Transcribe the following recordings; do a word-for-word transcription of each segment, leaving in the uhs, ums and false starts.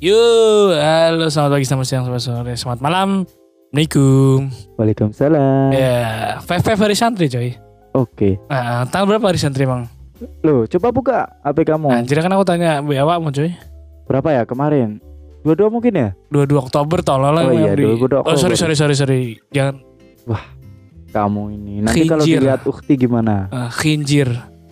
Yuk, halo selamat pagi, selamat siang, selamat sore, selamat malam. Assalamualaikum. Waalaikumsalam. Ya, Five Five hari santri coy. Oke. Nah, tanggal berapa hari santri emang? Loh, coba buka H P kamu. Anjir kan aku tanya B awakmu coy. Berapa ya kemarin? dua puluh dua mungkin ya? dua puluh dua Oktober tolol lah. Oh iya, di... dua puluh dua Oh sorry Oktober. sorry sorry sorry. Jangan. Wah, kamu ini. Nanti kalau Khinjir. dilihat ukti gimana? Uh, khinjir.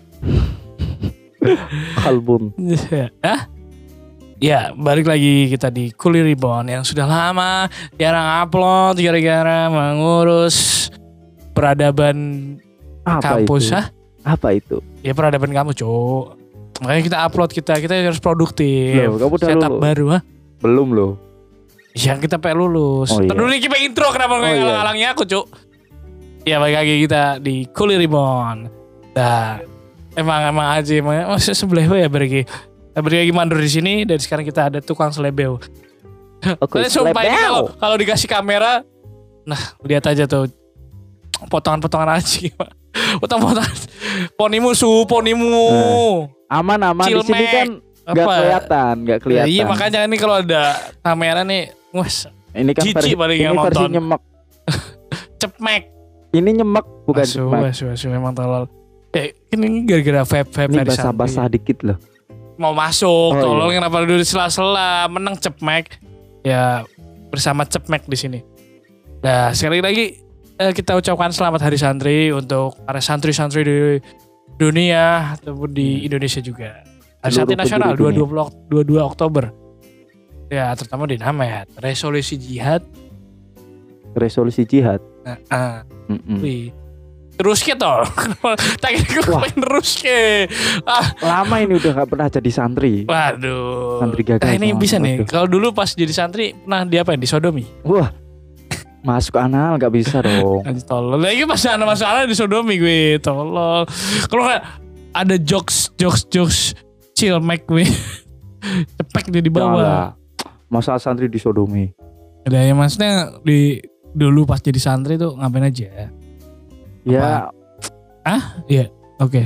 Album. Hah? Ya, balik lagi kita di Kuli Ribon yang sudah lama jarang upload gara-gara mengurus peradaban Apa kampus, itu? hah? Apa itu? Ya peradaban kamu, Cuk. Makanya kita upload kita, kita harus produktif. Loh, kamu udah Setup lulus? baru, ha? Belum loh. Ya kita pengen lulus. Oh, iya. Terus kita intro kenapa Oh, nggak iya. ngalang-ngalangnya aku, Cuk? Ya balik lagi kita di Kuli Ribon. Nah, emang emang aja emang oh, sebelah ya berarti. Berarti lagi mandur di sini dan sekarang kita ada tukang selebeo. Oke, Tapi sumpah ini selebeo. kalau kalau dikasih kamera, nah lihat aja tuh potongan-potongan aja. Potong-potongan. Ponimu su, ponimu. Aman-aman di sini Cilmek. kan nggak Apa? kelihatan, nggak Ya, kelihatan. iya makanya ini kalau ada kamera nih, wes Ini kan Cici versi, paling ini yang versi nonton. nyemek. cepmek. Ini nyemek bukan Wasu, nyemek. wasu, wasu, memang tolol. Eh, ini gara-gara vape-vape Ini dari santri. basah-basah dikit loh. Mau masuk, Oh, tolol iya. kenapa dulu di sela-sela menang cepmek. Ya bersama cepmek di sini. Nah, sekali lagi eh, kita ucapkan selamat Hari Santri untuk para santri-santri di dunia ataupun di Indonesia juga. Hari Santri Seluruh Nasional penjuru dua puluh dua Oktober. Ya, terutama di Namet, resolusi jihad. Resolusi jihad. Nah, ah, Mm-mm. wih. Terus ke toh. Tak kira gue Wah. pengen terus ke. Ah, Lama ini udah gak pernah jadi santri. waduh. Santri gagal Nah, ini sama- bisa nih. waduh. Kalau dulu pas jadi santri pernah diapain? Disodomi. Wah, masuk anal gak bisa dong. Anjir tolol. Lagi pas anak masuk anak disodomi gue. Tolol. Kalau nggak ada jokes jokes jokes chill make gue. Cepek dia di bawah. Janganlah. Masa santri disodomi. Ada yang maksudnya di dulu pas jadi santri tuh ngapain aja? Ya, Iya, oke.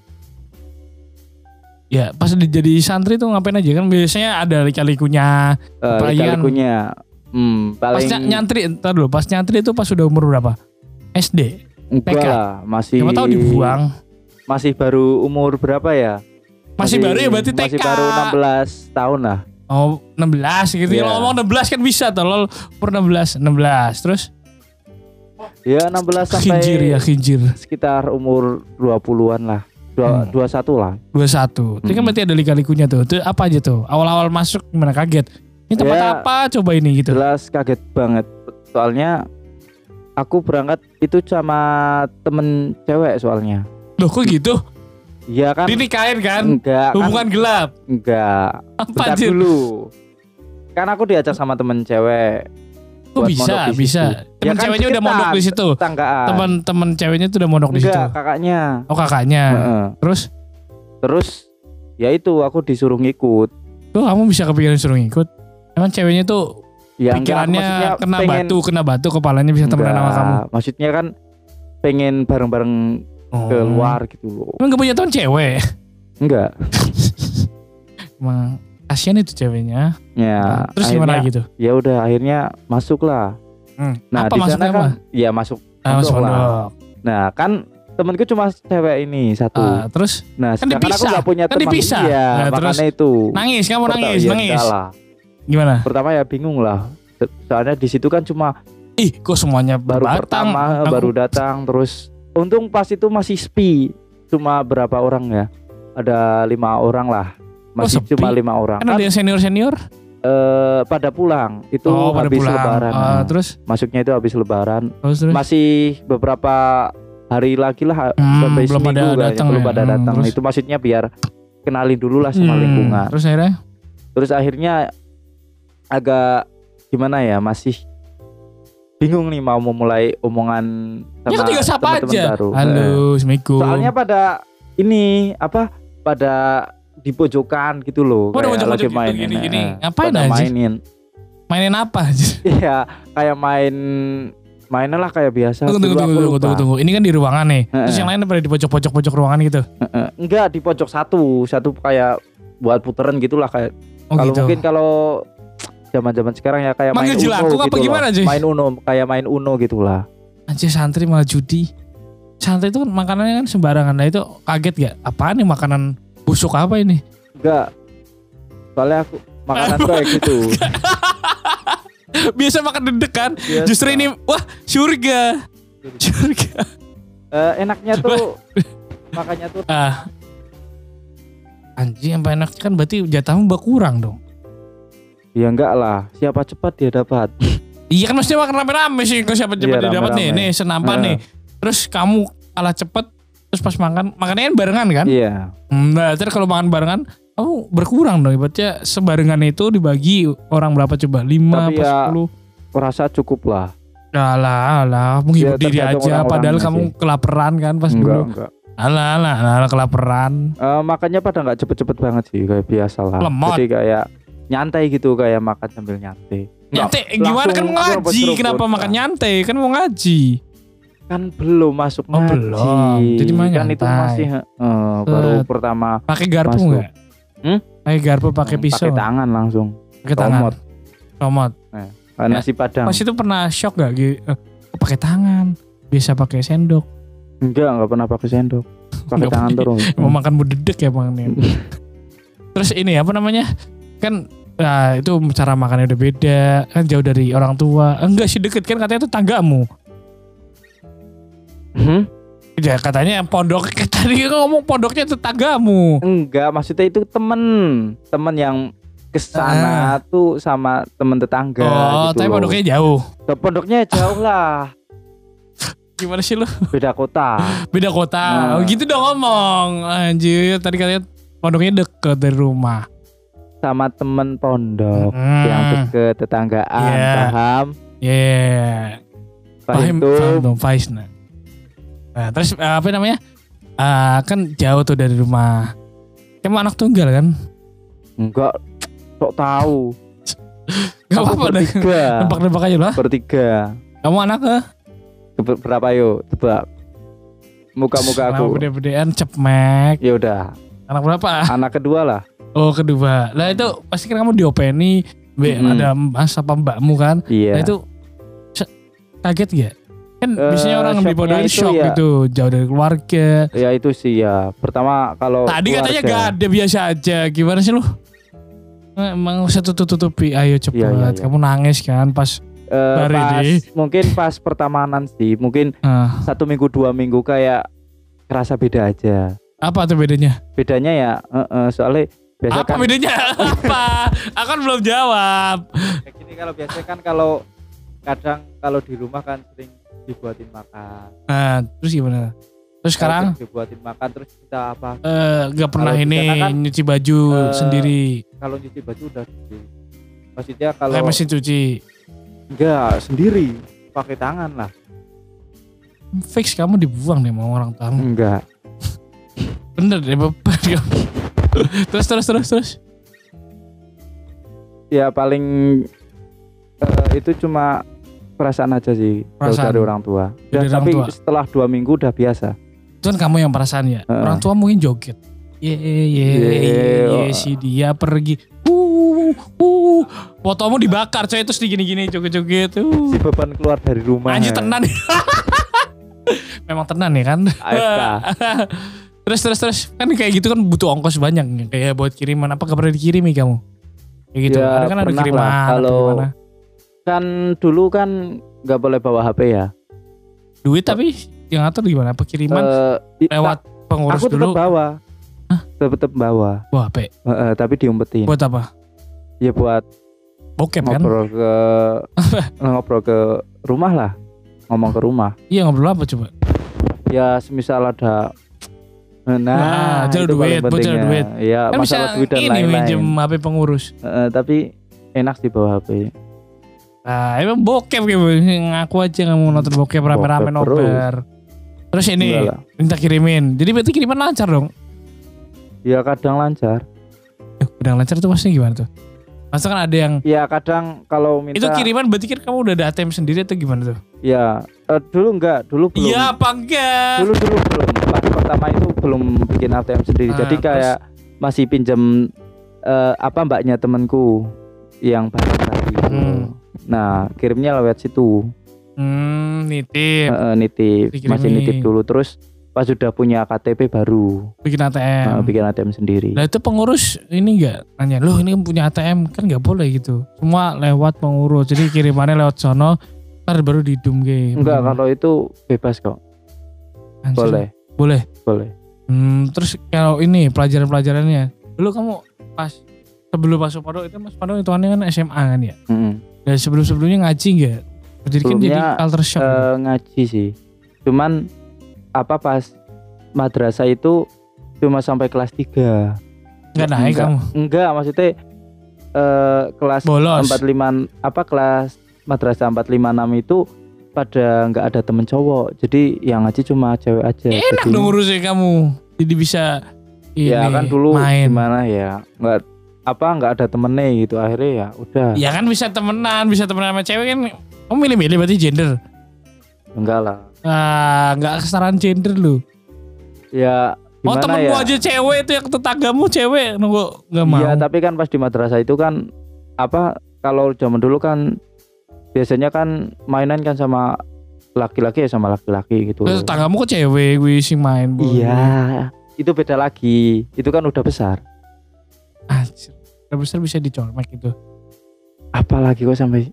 Ya, pas di- jadi santri tuh ngapain aja kan biasanya ada lika-likunya. eh, Apalagi kan- lika-likunya. Hmm, Pas paling ny- nyantri, entar dulu, pas nyantri itu pas udah umur berapa? S D. enggak P K. lah, masih Siapa tahu dibuang. Masih baru umur berapa ya? Masih baru ya berarti T K. Masih baru enam belas tahun lah. Oh, enam belas gitu. Iya. Kalau ngomong enam belas kan bisa tuh, lol. Umur enam belas, enam belas. Terus Ya enam belas sampai khinjir ya, khinjir. sekitar umur dua puluhan lah. Dua, Hmm. dua puluh satu lah. dua puluh satu. Itu kan Hmm. berarti ada lika-likunya tuh. Itu apa aja tuh? Awal-awal masuk gimana kaget? Ini tempat Ya, apa coba ini gitu. Jelas kaget banget. Soalnya aku berangkat itu sama temen cewek soalnya. Loh kok gitu? Iya kan? Dinikahin kan? Enggak, Hubungan kan, gelap. enggak. Apa Bentar anjir? dulu. Kan aku diajak sama temen cewek. Kok buat bisa, mondok di bisa. situ. Temen Ya kan ceweknya udah deketan, mondok di situ. Tetanggaan. Teman-teman ceweknya tuh udah mondok di situ. Enggak, kakaknya. Oh kakaknya. Heeh. Terus, Terus ya itu aku disuruh ngikut. tuh kamu bisa kepikiran suruh ngikut. Emang ceweknya tuh Ya enggak, pikirannya maksudnya kena pengen- batu, kena batu kepalanya bisa temenan sama Enggak, kamu. Maksudnya kan pengen bareng-bareng Oh. keluar gitu loh. Emang gak punya teman cewek? Enggak. Emang kasihan itu ceweknya. Ya. Terus gimana akhirnya- gitu? Ya udah akhirnya masuk lah. Hmm. Nah, apa di maksudnya sana kan apa? ya masuk. Ah, masuk pondok lah. pondok. Nah, kan temenku cuma cewek ini satu. Ah, terus Nah, kan sedangkan aku dipisah. gak punya Kan teman. dipisah. Iya, Nah, terus makanya itu. nangis, kamu Pertama- nangis, ya nangis. enggak lah. Gimana? Pertama ya bingung lah. Soalnya di situ kan cuma Ih, kok semuanya baru berbatang? pertama, Aku- baru datang terus. Untung pas itu masih sepi. Cuma berapa orang ya? Ada lima orang lah. Masih sepi? cuma lima orang. Kan ada yang senior-senior. eh, pada pulang itu Oh, pada habis pulang. lebaran. Ah, Nah, terus, masuknya itu habis lebaran. terus, terus. Masih beberapa hari lagi lah Hmm, sampai belum seminggu ada kayaknya, datang belum ya. pada Hmm, datang. terus? Itu maksudnya biar kenalin dulu lah sama Hmm, lingkungan. Terus akhirnya? Terus akhirnya agak gimana ya, masih bingung nih mau memulai omongan sama Ya kan tinggal sapa teman-teman aja. baru. Halo, Eh, Assalamualaikum. Soalnya pada ini apa? Pada di pojokan gitu loh. Oh, udah kayak pojok-pojok lagi gitu, main gini-gini. eh, Ngapain pada aja? mainin. Mainin apa aja? Iya, kayak main mainnya lah kayak biasa. Tunggu, tunggu, Dulu tunggu, aku tunggu, lupa. tunggu, tunggu. Ini kan di ruangan nih. Terus Heeh. yang lain pada di pojok-pojok pojok ruangan gitu. Eh, enggak di pojok satu, satu kayak buat puteran gitulah kayak Oh, kalau gitu. mungkin kalau zaman-zaman sekarang ya kayak Manggil main Uno jelangkung gitu apa loh. gimana, Cuy? Main Uno, kayak main Uno gitulah. Anjir, santri malah judi. Santri itu kan makanannya kan sembarangan. Nah itu kaget gak? Apaan nih makanan busuk apa ini? Enggak. Soalnya aku makanan kayak gitu. Biasa makan dedek kan? Biasa. Justru ini wah surga. Surga. Eh, enaknya tuh makanya tuh Ah. Anjing apa enaknya kan berarti jatahmu berkurang dong. ya enggak lah. Siapa cepat dia dapat. Iya kan maksudnya makan rame-rame sih. Kalau siapa cepat Iya, dia dapat nih. rame-rame. Nih senampan Heeh. nih. Terus kamu kalah cepet. Terus pas makan. Makannya kan barengan kan? Iya. Nah terus kalau makan barengan. Kamu berkurang dong. Ibaratnya sebarengan itu dibagi orang berapa coba? lima Tapi apa ya, sepuluh? Rasa cukup lah. Alah, alah, menghibur Ya, diri tergantung aja. orang-orangnya Padahal sih. kamu kelaparan kan pas Enggak, dulu. enggak. Alah, alah, alah, kelaparan. Eh, makannya pada nggak cepet-cepet banget sih kayak biasa lah. Lemot. Jadi kayak nyantai gitu kayak makan sambil nyantai. Nggak, Nyantai, gimana kan langsung ngaji? seruput-seruput. Kenapa makan nyantai? Kan mau ngaji. Kan belum masuk Oh, ngaji. belum. Jadi mah kan itu nyantai. masih eh, baru Set. pertama Pakai garpu Masuk. enggak? Hmm? Pakai garpu, pakai hmm, pisau. pakai tangan langsung. Pakai tangan. Tomot. Tomot. Eh, Ya. nasi padang. Pas itu pernah shock gak? Gitu? Eh, oh, pakai tangan. Biasa pakai sendok. Enggak, enggak pernah pakai sendok. Pakai Nggak tangan pakai. terus. Mau makan budedek ya bang nih. Terus ini apa namanya? Kan nah, itu cara makannya udah beda. Kan jauh dari orang tua. Enggak sih deket kan katanya itu tanggamu. Hmm? Ya katanya pondok. Tadi ngomong pondoknya tetanggamu. Enggak, maksudnya itu temen. Temen yang kesana tuh sama temen tetangga Oh, gitu tapi loh. pondoknya jauh. Ke pondoknya jauh lah. Gimana sih lu? Beda kota. Beda kota. Nah. Oh, gitu dong ngomong. Anjir, tadi katanya pondoknya deket dari rumah. Sama temen pondok Hmm. yang deket tetanggaan, Iya. paham? Yeah. Setelah Paham, itu paham dong, Faiz. Nah, Nah, terus eh, apa namanya? Ah, kan jauh tuh dari rumah. Kamu anak tunggal kan? enggak sok tahu. Gak Aku apa-apa deh. bertiga. Nebak-nebak aja lah. Bertiga. Kamu anak ke? Ke- Berapa yuk? Tebak. Muka-muka Anak aku. gede-gedean cepmek. Ya udah. Anak berapa? Anak kedua lah. Oh kedua. Lah itu pasti kan kamu diopeni. Be, Mm-mm. ada mas apa mbakmu kan? Iya. Nah itu se- kaget gak? Kan Eh, biasanya orang di shocknya pondok itu shock ya- gitu. Jauh dari keluarga. Ya itu sih ya. Pertama kalau Tadi katanya keluarga. gak ada, biasa aja. Gimana sih lu? Eh, Emang usah tutup-tutupi. Ayo cepet. Iya, iya, iya. Kamu nangis kan pas. Eh, Hari pas, ini. mungkin pas pertemanan sih. Mungkin ah, satu minggu dua minggu kayak kerasa beda aja. apa tuh bedanya? Bedanya ya eh, eh, soalnya biasa Apa kan bedanya? Apa? Aku kan belum jawab. kayak gini, kalau biasa kan kalau kadang kalau di rumah kan sering dibuatin makan. Nah, terus gimana? Terus sekarang Sering dibuatin makan terus kita apa? eh gak pernah Kalau di ini sana kan, nyuci baju eh, sendiri. Kalau nyuci baju udah di, maksudnya Kayak kalau mesin cuci. enggak sendiri pakai tangan lah. Fix kamu dibuang deh mau orang tamu. Enggak. Bener deh beban kamu. Terus terus terus terus. Ya paling eh, itu cuma perasaan aja sih jauh Perasaan. dari orang tua. Dan Dari orang tapi tua. setelah dua minggu udah biasa. Itu kan kamu yang perasaan ya. Heeh. Orang tua mungkin joget. Ye ye ye Ye. ye si dia pergi. Uh uh. Fotomu dibakar coy terus digini-gini joget-joget. Uh. Si beban keluar dari rumah. Anjir tenan. Memang tenan ya kan. A F K. terus terus terus kan kayak gitu kan butuh ongkos banyak kayak buat kiriman apa gak pernah dikirimi kamu kayak gitu Ya, ada kan ada pernah kiriman lah. atau Kalau gimana. Kan dulu kan nggak boleh bawa H P ya. Duit tapi yang ngatur gimana apa kiriman Eh, i- lewat pengurus aku tetap dulu bawa. Hah? Tetap bawa. wah H P Eh, eh, tapi diumpetin. buat apa Ya buat bokep kan ngobrol ke ngobrol ke rumah lah. Ngomong ke rumah. iya ngobrol apa coba Ya semisal ada Nah, nah, cari itu duit, paling buat cari pentingnya. duit. Ya kan bisa masalah duit dan ini lain-lain. minjem H P pengurus Eh, eh, tapi enak sih bawa H P. nah emang bokep gitu ngaku aja nggak mau nonton bokep rame-rame Bokep nobar terus ini Enggak lah. minta kirimin jadi berarti kiriman lancar dong. Ya kadang lancar. Eh, udah lancar tuh maksudnya gimana tuh masa kan ada yang Ya kadang kalau minta itu kiriman berarti kan kamu udah ada A T M sendiri atau gimana tuh? Ya eh, dulu enggak, dulu belum. Iya apa enggak? Dulu dulu belum. Pas pertama itu belum bikin A T M sendiri. Ah, Jadi kayak masih pinjam uh, apa mbaknya temanku yang bareng tadi. Hmm. Nah kirimnya lewat situ. Hmm, nitip. Uh, uh, nitip, Dikirimin. masih nitip dulu terus pas sudah punya K T P baru Bikin A T M. uh, bikin A T M sendiri. Nah itu pengurus ini enggak nanya, loh ini punya A T M kan nggak boleh gitu. Semua lewat pengurus, jadi kirimannya lewat sono, ntar baru didum ke. Enggak, kalau itu bebas kok. Anjir. Boleh. Boleh. Boleh. Hmm, terus kalau ini pelajaran-pelajarannya, dulu kamu pas sebelum masuk pondok itu mas pondok itu kan S M A kan ya. Mm-mm. Dan sebelum-sebelumnya ngaji nggak? Jadi kan jadi Sebelumnya, culture shock. Uh, ngaji sih. Cuman apa pas madrasah itu cuma sampai kelas tiga. Nggak naik enggak, kamu? Enggak, maksudnya uh, kelas Bolos. empat puluh lima apa kelas madrasah empat lima enam itu pada enggak ada temen cowok. Jadi yang ngaji cuma cewek aja. Enak Jadi, dong urusnya kamu. Jadi bisa ini, ya kan dulu main. gimana ya? Enggak apa enggak ada temennya gitu. Akhirnya ya udah. Ya kan bisa temenan, bisa temenan sama cewek kan. Kamu milih-milih berarti gender. Enggak lah. Ah, enggak kesetaraan gender lu. Ya Oh gimana temenmu ya? aja cewek itu yang tetanggamu cewek nunggu nggak mau. Iya, tapi kan pas di madrasah itu kan apa kalau zaman dulu kan biasanya kan mainan kan sama laki-laki ya sama laki-laki gitu. Terus tetanggamu kok cewek gue sih main. Boy. Iya, itu beda lagi. Itu kan udah besar. Anjir, udah besar bisa dicolmek itu. Apalagi kok sampai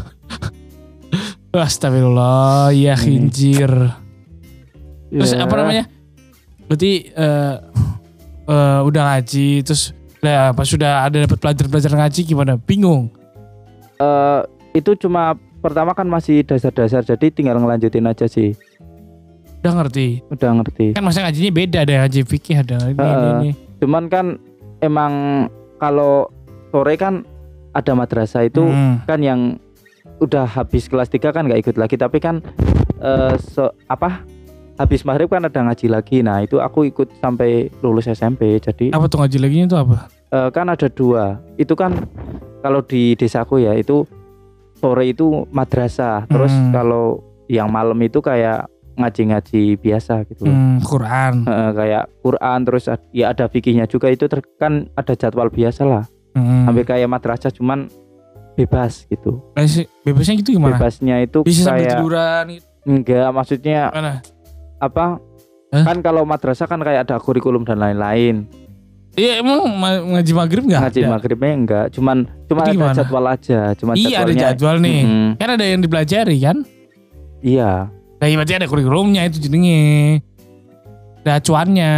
Astagfirullah, ya khinjir. Terus ya. apa namanya? Berarti uh, uh, udah ngaji terus lah pas sudah ada dapat pelajaran-pelajaran ngaji gimana? Bingung. Uh, itu cuma pertama kan masih dasar-dasar jadi tinggal ngelanjutin aja sih. Udah ngerti. Udah ngerti. Kan maksudnya ngajinya beda, ada ngaji fikih ada ini, Uh, ini, ini. Cuman kan emang kalau sore kan ada madrasah itu Hmm. kan yang udah habis kelas tiga kan nggak ikut lagi tapi kan uh, so, apa habis maghrib kan ada ngaji lagi. Nah itu aku ikut sampai lulus S M P. Jadi Apa tuh ngaji lagi itu apa? uh, kan ada dua. Itu kan kalau di desaku ya itu sore itu madrasah. Terus Hmm. kalau yang malam itu kayak ngaji-ngaji biasa gitu. Hmm, Quran. Uh, kayak Quran terus ad- ya ada fikihnya juga itu ter- kan ada jadwal biasa lah. Hmm. Hampir kayak madrasah cuman bebas gitu. Bebas- Bebasnya gitu gimana? Bebasnya itu Bisa sampai kayak tiduran gitu. enggak maksudnya Mana? apa? Hah? Kan kalau madrasah kan kayak ada kurikulum dan lain-lain. Iya emang ma- ngaji maghrib nggak? Ngaji ada? maghribnya enggak, cuman cuma Jadi ada gimana? jadwal aja, cuma Iya ada jadwalnya. jadwal nih. Mm-mm. Kan ada yang dipelajari kan? Iya. Nah iya berarti ada kurikulumnya itu jadinya. Ada acuannya.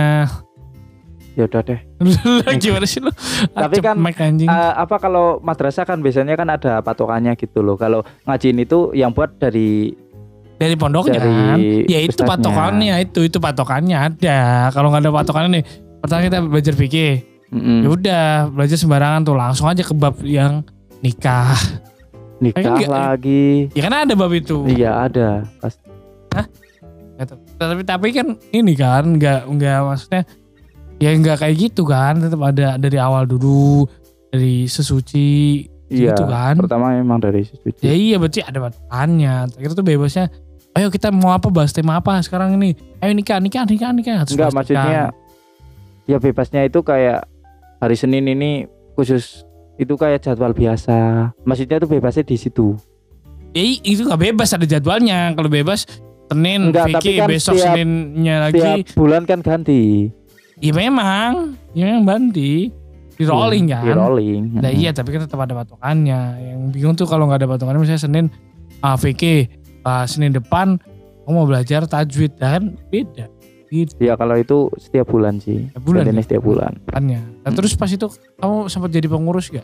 Ya udah deh. Gimana sih lu? Tapi kan, Acep, anjing. Uh, apa kalau madrasah kan biasanya kan ada patokannya gitu loh. Kalau ngajiin itu yang buat dari Dari pondoknya dari kan? Ya itu ustadznya. patokannya itu itu patokannya ada. Kalau nggak ada patokannya nih, pertama kita belajar fikih. mm-mm, Ya udah belajar sembarangan tuh langsung aja ke bab yang nikah. nikah kan enggak- lagi. Ya kan ada bab itu. Iya ada. Pasti. Gitu. Tapi tapi kan ini kan nggak nggak maksudnya ya nggak kayak gitu kan, tetap ada dari awal dulu dari sesuci Iya. gitu kan. Pertama memang dari suci. Ya iya berarti ada batasannya. Kita tuh bebasnya. Ayo kita mau apa bahas tema apa sekarang ini? Ayo nikah nikah nikah nikah. Terus Enggak bahas maksudnya nikah. ya bebasnya itu kayak hari Senin ini khusus itu kayak jadwal biasa. Maksudnya tuh bebasnya di situ. Ya i- itu nggak bebas ada jadwalnya. Kalau bebas Senin Enggak, tapi fikih kan besok setiap- Seninnya lagi. Tiap bulan kan ganti. Ya memang, ya memang banti di rolling kan. Di rolling. Nah iya tapi kan tetap ada patokannya. Yang bingung tuh kalau nggak ada patokannya misalnya Senin ah, fikih, ah, Senin depan kamu mau belajar tajwid kan beda. Gitu Ya kalau itu setiap bulan sih. Setiap bulan Gantinya ya? setiap bulan. patokannya. Nah terus pas itu kamu sempat jadi pengurus gak?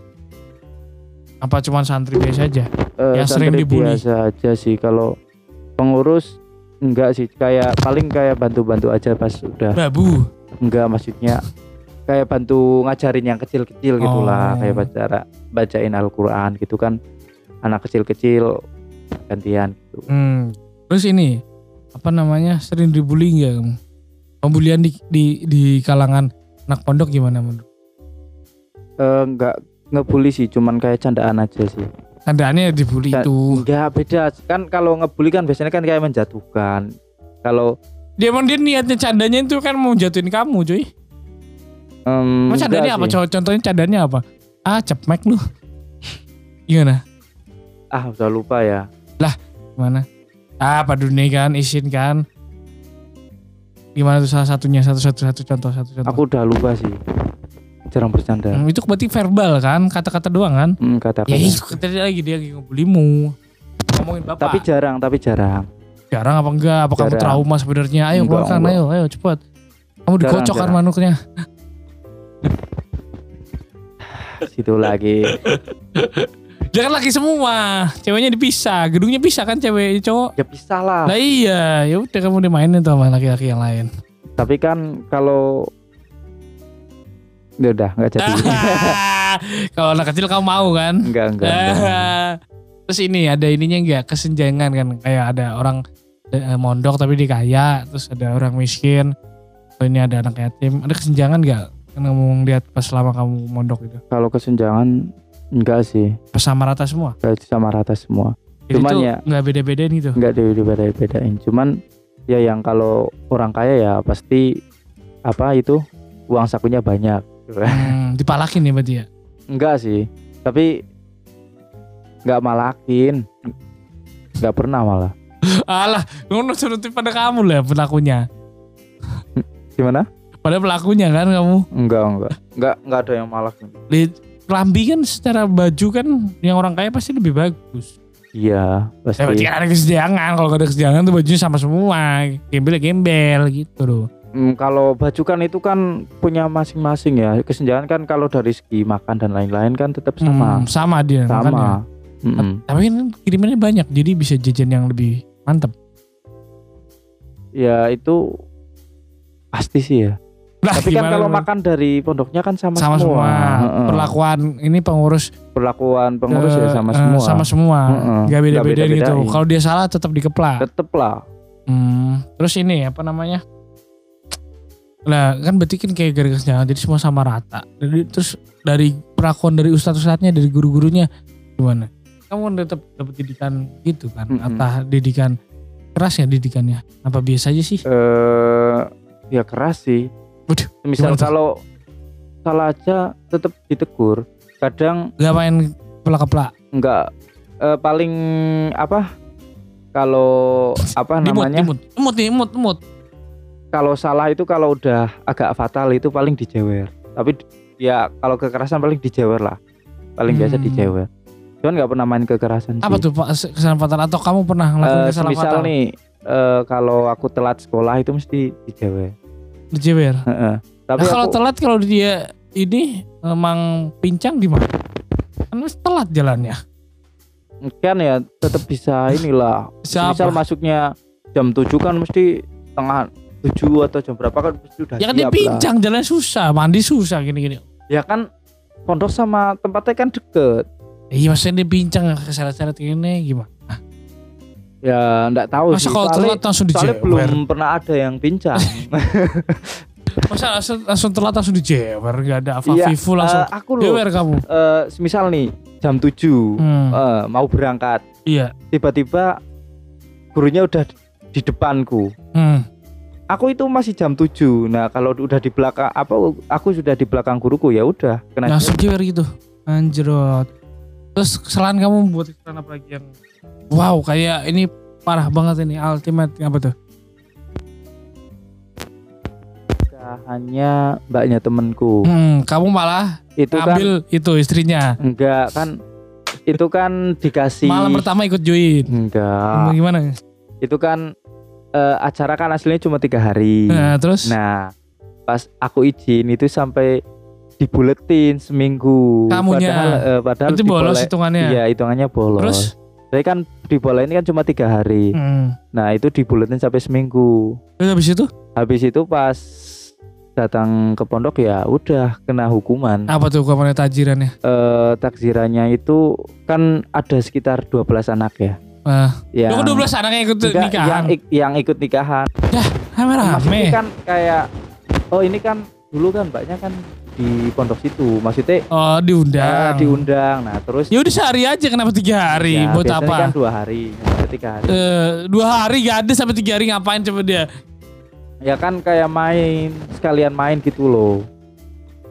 Apa cuma santri biasa aja? Eh, Yang sering santri dibully. biasa aja sih. Kalau pengurus enggak sih. Kayak paling kayak bantu-bantu aja pas udah. Babu. Enggak maksudnya kayak bantu ngajarin yang kecil-kecil gitulah. Oh. Kayak baca bacain Al-Quran gitu kan. Anak kecil-kecil gantian gitu. Hmm. Terus ini apa namanya sering dibully nggak kamu? Pembulian di, di di kalangan anak pondok gimana menurut? Eh, enggak ngebully sih, cuman kayak candaan aja sih. Tandaannya dibully Ca- itu. Enggak beda kan kalau ngebully kan biasanya kan kayak menjatuhkan. Kalau Dia emang dia niatnya candanya itu kan mau jatuhin kamu cuy. Em, Emang cadannya enggak apa? sih. Co- Contohnya cadannya apa? Ah, cepmek lu. Gimana? Ah, udah lupa ya. Gimana? Ah, Pak Duni kan, izin kan. Gimana tuh salah satunya? Satu-satu satu contoh, satu contoh. Aku udah lupa sih. Jarang bercanda. Hmm, itu berarti verbal kan, kata-kata doang kan? Hmm, kata-kata. Ya itu tadi lagi dia lagi ngebulimu. Ngomongin bapak. Tapi jarang, tapi jarang. jarang apa enggak? Apa kamu Jarang. trauma sebenarnya? Ayo Enggak, keluarkan, enggak. ayo, ayo cepat. Kamu Jarang, dikocok kan jarang. manuknya. Situ lagi. Dia kan laki semua, ceweknya dipisah, gedungnya pisah kan cewek cowok. Ya bisa lah. Lah iya, ya udah kamu dimainin tuh sama laki-laki yang lain. Tapi kan kalau ya udah nggak jadi. Kalau anak kecil kamu mau kan? enggak, enggak, enggak. Terus ini ada ininya enggak kesenjangan kan, kayak ada orang eh, mondok tapi dia kaya, terus ada orang miskin. Oh, ini ada anak yatim, ada kesenjangan enggak? Kan kamu lihat pas selama kamu mondok itu, Kalau kesenjangan enggak sih. pas sama rata semua. Kayak sama rata semua. Jadi Cuman tuh ya- nggak beda-bedain gitu. Enggak dibeda-bedain. Cuman ya yang kalau orang kaya ya pasti apa itu uang sakunya banyak. Hmm, dipalakin ya berarti ya. Enggak sih. Tapi enggak malakin. Enggak pernah malah. Alah, ngono nurutin pada kamu lah pelakunya. Gimana? Pada pelakunya kan kamu. Enggak, enggak. Enggak, enggak ada yang malakin. Di kelambi kan secara baju kan yang orang kaya pasti lebih bagus. Iya, Ya berarti pasti. kan ada kesenjangan. Kalau gak ada kesenjangan tuh bajunya sama semua. Gembel-gembel gitu loh. Hmm, kalau baju kan itu kan punya masing-masing ya. Kesenjangan kan kalau dari segi makan dan lain-lain kan tetap sama. Hmm, sama dia. makanya. Sama. Mm-mm. Tapi kan kirimannya banyak. Jadi bisa jajan yang lebih mantep. Ya itu pasti sih ya. Lah, Tapi kan gimana kalau lu? makan dari pondoknya kan sama, sama semua. Heeh. Perlakuan ini pengurus Perlakuan pengurus eh, ya sama eh, semua. sama semua. Heeh. Gak beda-beda Nggak gitu. beda-bedain. Kalau dia salah tetap dikeplak. Tetep lah. Hmm, terus ini apa namanya? Lah kan berarti kan kayak gara-gara kesenjangan jadi semua sama rata. Jadi terus dari perlakuan dari ustadz-ustadznya, dari guru-gurunya gimana? Kamu kan tetap dapat didikan gitu kan? Mm-mm. Atau didikan keras ya didikannya? Apa biasa aja sih? Eh ya keras sih. Waduh, Misal gimana tuh? kalau salah aja tetap ditegur. Kadang Gak main keplak-keplak. enggak eh, paling apa? Kalau apa Dimut, namanya? dimut, imut nih, imut, imut. Kalau salah itu kalau udah agak fatal itu paling dijewer. Tapi ya kalau kekerasan paling dijewer lah. Paling biasa Hmm. dijewer. Cuman nggak pernah main kekerasan Apa sih. tuh Pak kesalahan fatal atau kamu pernah ngelakuin Eh, kesalahan semisal fatal? nih eh, kalau aku telat sekolah itu mesti dijewer. Dijewer. Heeh. Tapi Nah, kalau aku telat kalau dia ini emang pincang di mana? Kan harus telat jalannya. kan ya tetap bisa inilah. Siapa? Misal masuknya jam tujuh kan mesti tengah tujuh atau jam berapa kan mesti udah Ya kan dia siap lah. pincang jalan susah, mandi susah gini-gini. Ya kan pondok sama tempatnya kan deket. Iya maksudnya dia pincang keseret-seret gini gimana? Ya enggak tahu Masa sih. kalau Soalnya- telat langsung Soalnya dijewer? belum pernah ada yang pincang. Masa langsung, langsung telat langsung dijewer? Gak ada apa Iya, Vivu langsung Eh, aku loh jewer kamu? eh, semisal nih jam tujuh Hmm, eh, mau berangkat. iya. Tiba-tiba gurunya udah di depanku. Hmm. Aku itu masih jam tujuh. Nah, kalau udah di belakang apa aku sudah di belakang guruku ya udah kena Langsung jewer gitu. Anjrot. Terus kesalahan kamu buat kesalahan apa lagi yang wow kayak ini parah banget ini ultimate apa tuh? hanya mbaknya temenku. Hmm, kamu malah Itu kan ambil itu istrinya. enggak kan itu kan dikasih Malam pertama ikut join. enggak. Gimana? Itu kan eh, acara kan aslinya cuma tiga hari. Nah, terus Nah, pas aku izin itu sampai dibuletin seminggu. Kamunya. Padahal, eh, padahal berarti bolos dibole- hitungannya. Iya, hitungannya bolos. Terus Jadi kan di bola ini kan cuma tiga hari. hmm. Nah, itu dibuletin sampai seminggu. Terus habis itu Habis itu pas datang ke pondok ya udah kena hukuman. apa tuh kamu tajirannya? Eh, takzirannya itu kan ada sekitar dua belas anak ya. Ah, Yang lu dua belas anaknya ikut enggak, nikahan. yang, ik- yang ikut nikahan. Rame-rame. Maksudnya kan kayak oh ini kan dulu kan mbaknya kan di pondok situ. Maksudnya Oh, diundang. eh, diundang. Nah, terus Ya udah sehari aja kenapa tiga hari? ya, Buat biasanya apa? kan dua hari, ada tiga hari. Eh, dua hari gak ada sampai tiga hari ngapain coba dia? Ya kan kayak main sekalian main gitu loh.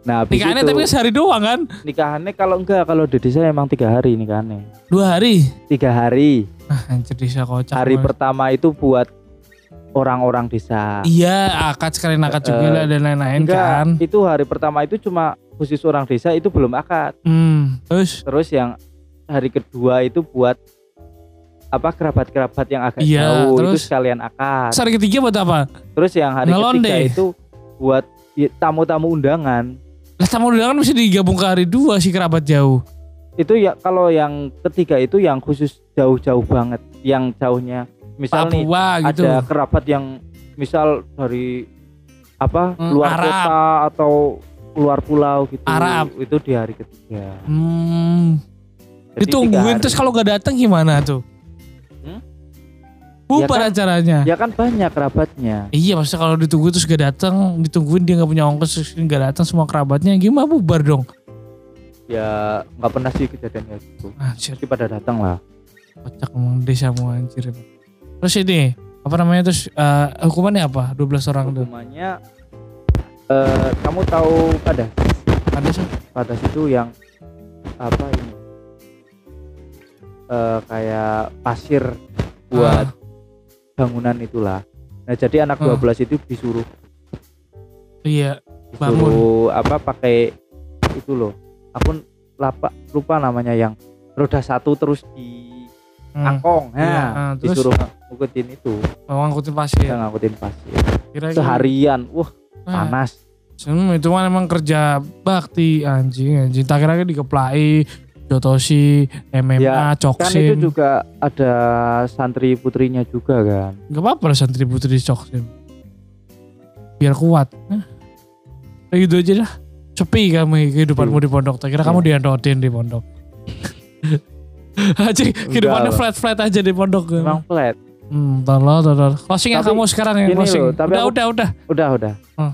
Nah, habis Nikahannya itu tapi sehari doang kan? nikahannya kalau enggak kalau di desa emang tiga hari nikahannya. Dua hari. Tiga hari. Ah, anjir desa kocak. Hari banget. pertama itu buat orang-orang desa. Iya, akad sekalian akad juga Eh, lah dan lain-lain Enggak, kan. itu hari pertama itu cuma khusus orang desa, itu belum akad. Hmm, terus Terus yang hari kedua itu buat apa kerabat-kerabat yang agak Iya, jauh terus? itu sekalian akad. hari ketiga buat apa? Terus yang hari Ngelonde. ketiga itu buat ya, tamu-tamu undangan. Lah tamu undangan mesti digabung ke hari dua sih kerabat jauh. Itu ya kalau yang ketiga itu yang khusus jauh-jauh banget, yang jauhnya misal nih Papua gitu. ada kerabat yang misal dari apa Hmm, luar Arab. kota atau luar pulau gitu. Arab. Itu di hari ketiga. Hmm, Jadi tiga ditungguin hari. terus kalau gak datang gimana tuh? Hmm? Bubar Ya kan- acaranya. Ya kan banyak kerabatnya. Iya maksudnya kalau ditunggu terus gak datang, ditungguin dia gak punya ongkos terus gak datang semua kerabatnya, gimana bubar dong? Ya nggak pernah sih kejadian kayak gitu. Anjir, Pasti pada datang lah. kocak emang desa mau anjir. Terus ini, apa namanya terus eh, hukumannya apa? dua belas orang tuh. Hukumannya eh kamu tahu pada Ada sih. pada situ yang apa ini eh kayak pasir buat Ah. bangunan itulah. Nah jadi anak Ah. dua belas itu disuruh Iya, bangun. disuruh apa pakai itu loh. Aku lupa lupa namanya yang roda satu terus di Hmm. angkong. Iya, Nah, ah, terus? disuruh ngikutin itu. Mau ngangkutin pasir. Ya ngikutin pasir. Kira-kira. Seharian. Wah, Ah. panas. Hmm, itu mah emang kerja bakti anjing anjing. Tak kira dikeplai, jotosi, M M A, Ya, Kan coksin. itu juga ada santri putrinya juga kan. Gak apa-apa lah santri putri coksin. Biar kuat. Nah, kayak gitu aja dah. Sepi kamu kehidupanmu di pondok. Tak kira kamu Iya. diandotin di pondok. Anjing, kehidupannya lah. flat-flat aja di pondok. Memang flat. Hmm, tolong, tolong. Closing ya Tapi kamu sekarang yang gini closing. loh, tapi udah, aku- udah, udah. Udah, udah. Hmm.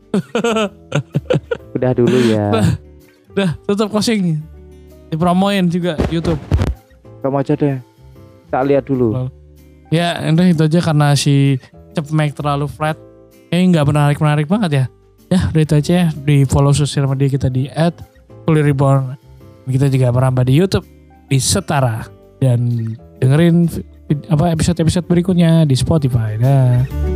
Udah dulu ya. Udah, tutup closing. Dipromoin juga YouTube. Kamu aja deh. Tak lihat dulu. Ya, udah itu aja karena si Cepmek terlalu flat. Kayaknya nggak menarik-menarik banget ya. Ya, udah itu aja ya. Di follow sosial media kita di at Fully Reborn. Kita juga merambah di YouTube di Setara dan dengerin vid- apa episode-episode berikutnya di Spotify. Dah.